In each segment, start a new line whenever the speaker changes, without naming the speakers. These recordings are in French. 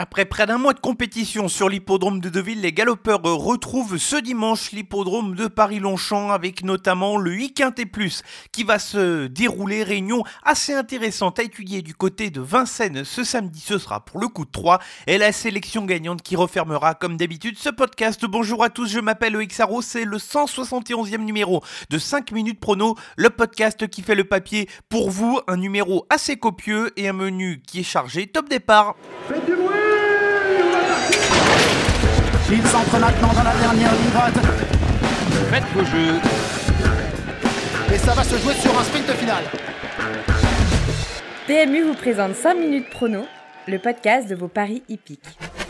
Après près d'un mois de compétition sur l'hippodrome de Deauville, les galopeurs retrouvent ce dimanche l'hippodrome de Paris-Longchamp avec notamment le I-Quintet Plus qui va se dérouler. Réunion assez intéressante à étudier du côté de Vincennes ce samedi. Ce sera pour le coup de 3 et la sélection gagnante qui refermera comme d'habitude ce podcast. Bonjour à tous, je m'appelle Loïc Sarro, c'est le 171e numéro de 5 minutes prono, le podcast qui fait le papier pour vous. Un numéro assez copieux et un menu qui est chargé. Top départ.
Faites du bruit! Il s'entre maintenant dans la dernière ligne droite.
Faites vos jeux.
Et ça va se jouer sur un sprint final.
PMU vous présente 5 minutes prono, le podcast de vos paris hippiques.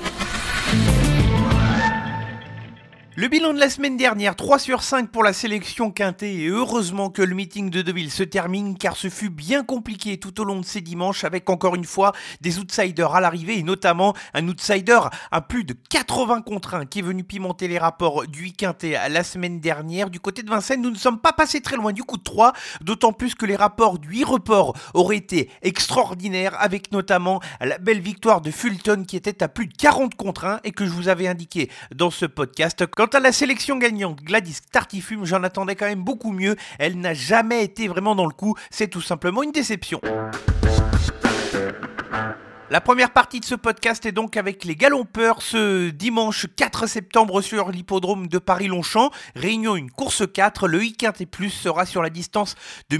Le bilan de la semaine dernière, 3 sur 5 pour la sélection quintet et heureusement que le meeting de Deauville se termine car ce fut bien compliqué tout au long de ces dimanches avec encore une fois des outsiders à l'arrivée et notamment un outsider à plus de 80 contre 1 qui est venu pimenter les rapports du quintet la semaine dernière. Du côté de Vincennes, nous ne sommes pas passés très loin du coup de 3, d'autant plus que les rapports du report auraient été extraordinaires avec notamment la belle victoire de Fulton qui était à plus de 40 contre 1 et que je vous avais indiqué dans ce podcast. Quant à la sélection gagnante, Gladys Tartifume, j'en attendais quand même beaucoup mieux. Elle n'a jamais été vraiment dans le coup. C'est tout simplement une déception. La première partie de ce podcast est donc avec les galopeurs ce dimanche 4 septembre sur l'hippodrome de Paris-Longchamp. Réunion une course 4, le I-Quintet Plus sera sur la distance de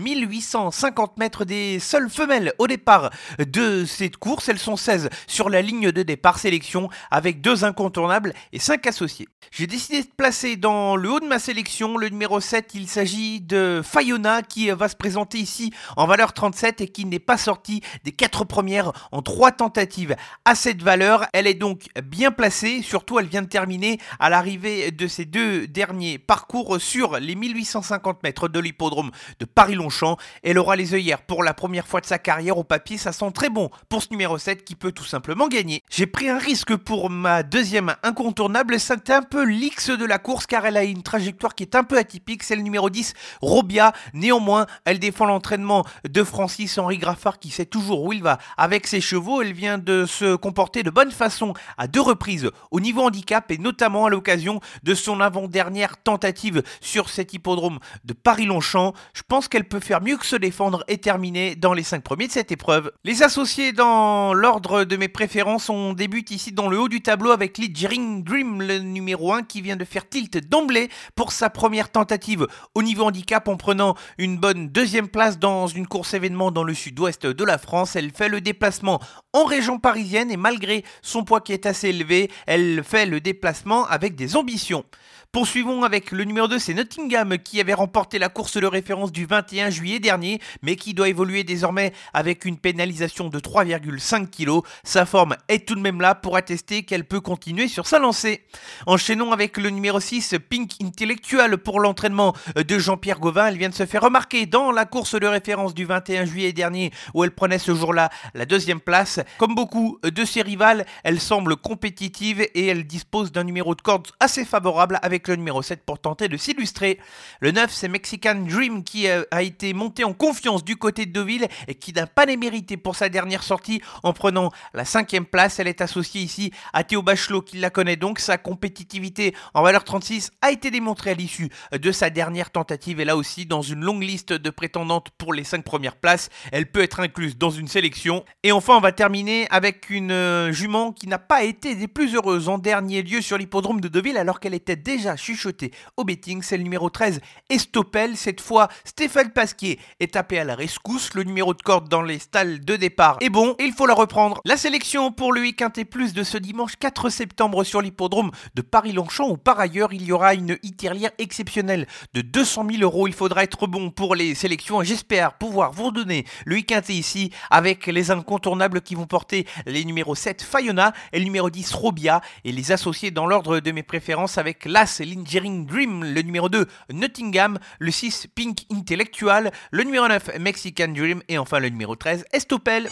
1850 mètres des seules femelles au départ de cette course. Elles sont 16 sur la ligne de départ sélection avec 2 incontournables et 5 associés. J'ai décidé de placer dans le haut de ma sélection le numéro 7, il s'agit de Fayona qui va se présenter ici en valeur 37 et qui n'est pas sortie des 4 premières en 3 tentative à cette valeur. Elle est donc bien placée, surtout elle vient de terminer à l'arrivée de ses 2 derniers parcours sur les 1850 mètres de l'hippodrome de Paris-Longchamp. Elle aura les œillères pour la première fois de sa carrière. Au papier, ça sent très bon pour ce numéro 7 qui peut tout simplement gagner. J'ai pris un risque pour ma deuxième incontournable, c'est un peu l'X de la course car elle a une trajectoire qui est un peu atypique, c'est le numéro 10, Robia. Néanmoins, elle défend l'entraînement de Francis-Henri Graffard qui sait toujours où il va avec ses chevaux. Elle vient de se comporter de bonne façon à 2 reprises au niveau handicap et notamment à l'occasion de son avant-dernière tentative sur cet hippodrome de Paris-Longchamp. Je pense qu'elle peut faire mieux que se défendre et terminer dans les 5 premiers de cette épreuve. Les associés dans l'ordre de mes préférences, on débute ici dans le haut du tableau avec Leading Dream, le numéro 1 qui vient de faire tilt d'emblée pour sa première tentative au niveau handicap en prenant une bonne 2e place dans une course événement dans le sud-ouest de la France. Elle fait le déplacement en région parisienne et malgré son poids qui est assez élevé, elle fait le déplacement avec des ambitions. Poursuivons avec le numéro 2, c'est Nottingham qui avait remporté la course de référence du 21 juillet dernier, mais qui doit évoluer désormais avec une pénalisation de 3,5 kg. Sa forme est tout de même là pour attester qu'elle peut continuer sur sa lancée. Enchaînons avec le numéro 6, Pink Intellectual pour l'entraînement de Jean-Pierre Gauvin. Elle vient de se faire remarquer dans la course de référence du 21 juillet dernier où elle prenait ce jour-là la 2e place. Comme beaucoup de ses rivales, elle semble compétitive et elle dispose d'un numéro de corde assez favorable avec le numéro 7 pour tenter de s'illustrer. Le 9, c'est Mexican Dream qui a été monté en confiance du côté de Deauville et qui n'a pas démérité pour sa dernière sortie en prenant la 5e place. Elle est associée ici à Théo Bachelot qui la connaît donc. Sa compétitivité en valeur 36 a été démontrée à l'issue de sa dernière tentative et là aussi dans une longue liste de prétendantes pour les 5 premières places. Elle peut être incluse dans une sélection. Et enfin, on va terminer avec une jument qui n'a pas été des plus heureuses en dernier lieu sur l'hippodrome de Deauville alors qu'elle était déjà chuchoté au betting. C'est le numéro 13, Estopel. Cette fois, Stéphane Pasquier est tapé à la rescousse. Le numéro de corde dans les stalles de départ est bon et il faut la reprendre. La sélection pour le I-Quintet Plus de ce dimanche 4 septembre sur l'hippodrome de Paris-Longchamp où par ailleurs il y aura une tirelière exceptionnelle de 200 000 €. Il faudra être bon pour les sélections et j'espère pouvoir vous donner le I-Quintet ici avec les incontournables qui vont porter les numéros 7, Fayona et le numéro 10, Robia et les associer dans l'ordre de mes préférences avec l'As Leading Dream, le numéro 2, Nottingham, le 6, Pink Intellectual, le numéro 9, Mexican Dream et enfin le numéro 13, Estopel.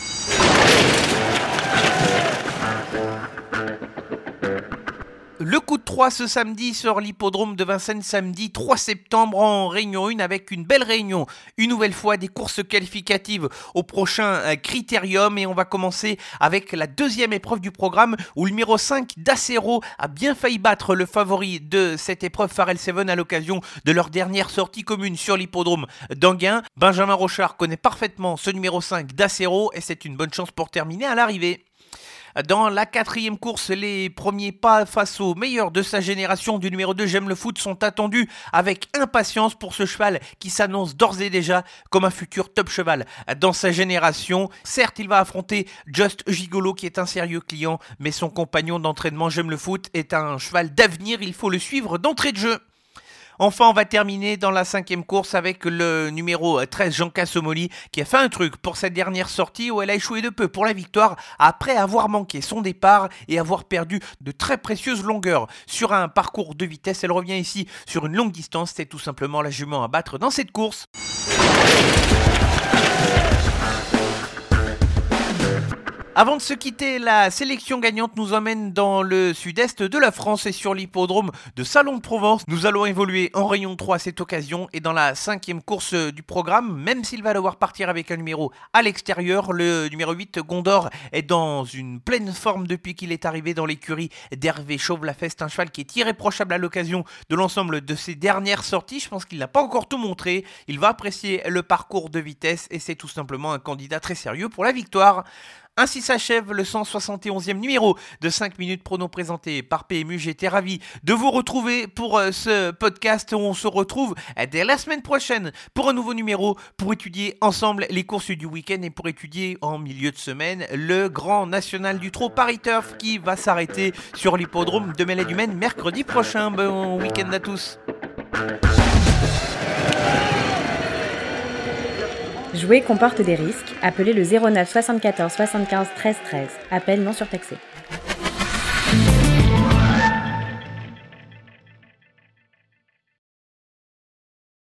Le coup de 3 ce samedi sur l'hippodrome de Vincennes, samedi 3 septembre en Réunion 1 avec une belle réunion. Une nouvelle fois des courses qualificatives au prochain critérium et on va commencer avec la deuxième épreuve du programme où le numéro 5 d'Acero a bien failli battre le favori de cette épreuve Pharrell Seven à l'occasion de leur dernière sortie commune sur l'hippodrome d'Anguin. Benjamin Rochard connaît parfaitement ce numéro 5 d'Acero et c'est une bonne chance pour terminer à l'arrivée. Dans la quatrième course, les premiers pas face au meilleur de sa génération du numéro 2 J'aime le foot sont attendus avec impatience pour ce cheval qui s'annonce d'ores et déjà comme un futur top cheval dans sa génération. Certes, il va affronter Just Gigolo qui est un sérieux client, mais son compagnon d'entraînement J'aime le foot est un cheval d'avenir, il faut le suivre d'entrée de jeu. Enfin, on va terminer dans la cinquième course avec le numéro 13, Jean Cassomoli, qui a fait un truc pour cette dernière sortie où elle a échoué de peu pour la victoire après avoir manqué son départ et avoir perdu de très précieuses longueurs. Sur un parcours de vitesse, elle revient ici sur une longue distance, c'est tout simplement la jument à battre dans cette course. Avant de se quitter, la sélection gagnante nous emmène dans le sud-est de la France et sur l'hippodrome de Salon de Provence. Nous allons évoluer en Réunion 3 à cette occasion et dans la cinquième course du programme, même s'il va devoir partir avec un numéro à l'extérieur, le numéro 8 Gondor est dans une pleine forme depuis qu'il est arrivé dans l'écurie d'Hervé Chauve-Lafeste, un cheval qui est irréprochable à l'occasion de l'ensemble de ses dernières sorties. Je pense qu'il n'a pas encore tout montré, il va apprécier le parcours de vitesse et c'est tout simplement un candidat très sérieux pour la victoire. Ainsi s'achève le 171e numéro de 5 minutes prono présenté par PMU. J'étais ravi de vous retrouver pour ce podcast où on se retrouve dès la semaine prochaine pour un nouveau numéro pour étudier ensemble les courses du week-end et pour étudier en milieu de semaine le Grand National du Trot Paris Turf qui va s'arrêter sur l'hippodrome de Melay-du-Maine mercredi prochain. Bon week-end à tous.
Jouer comporte des risques. Appelez le 09 74 75 13 13. Appel non surtaxé.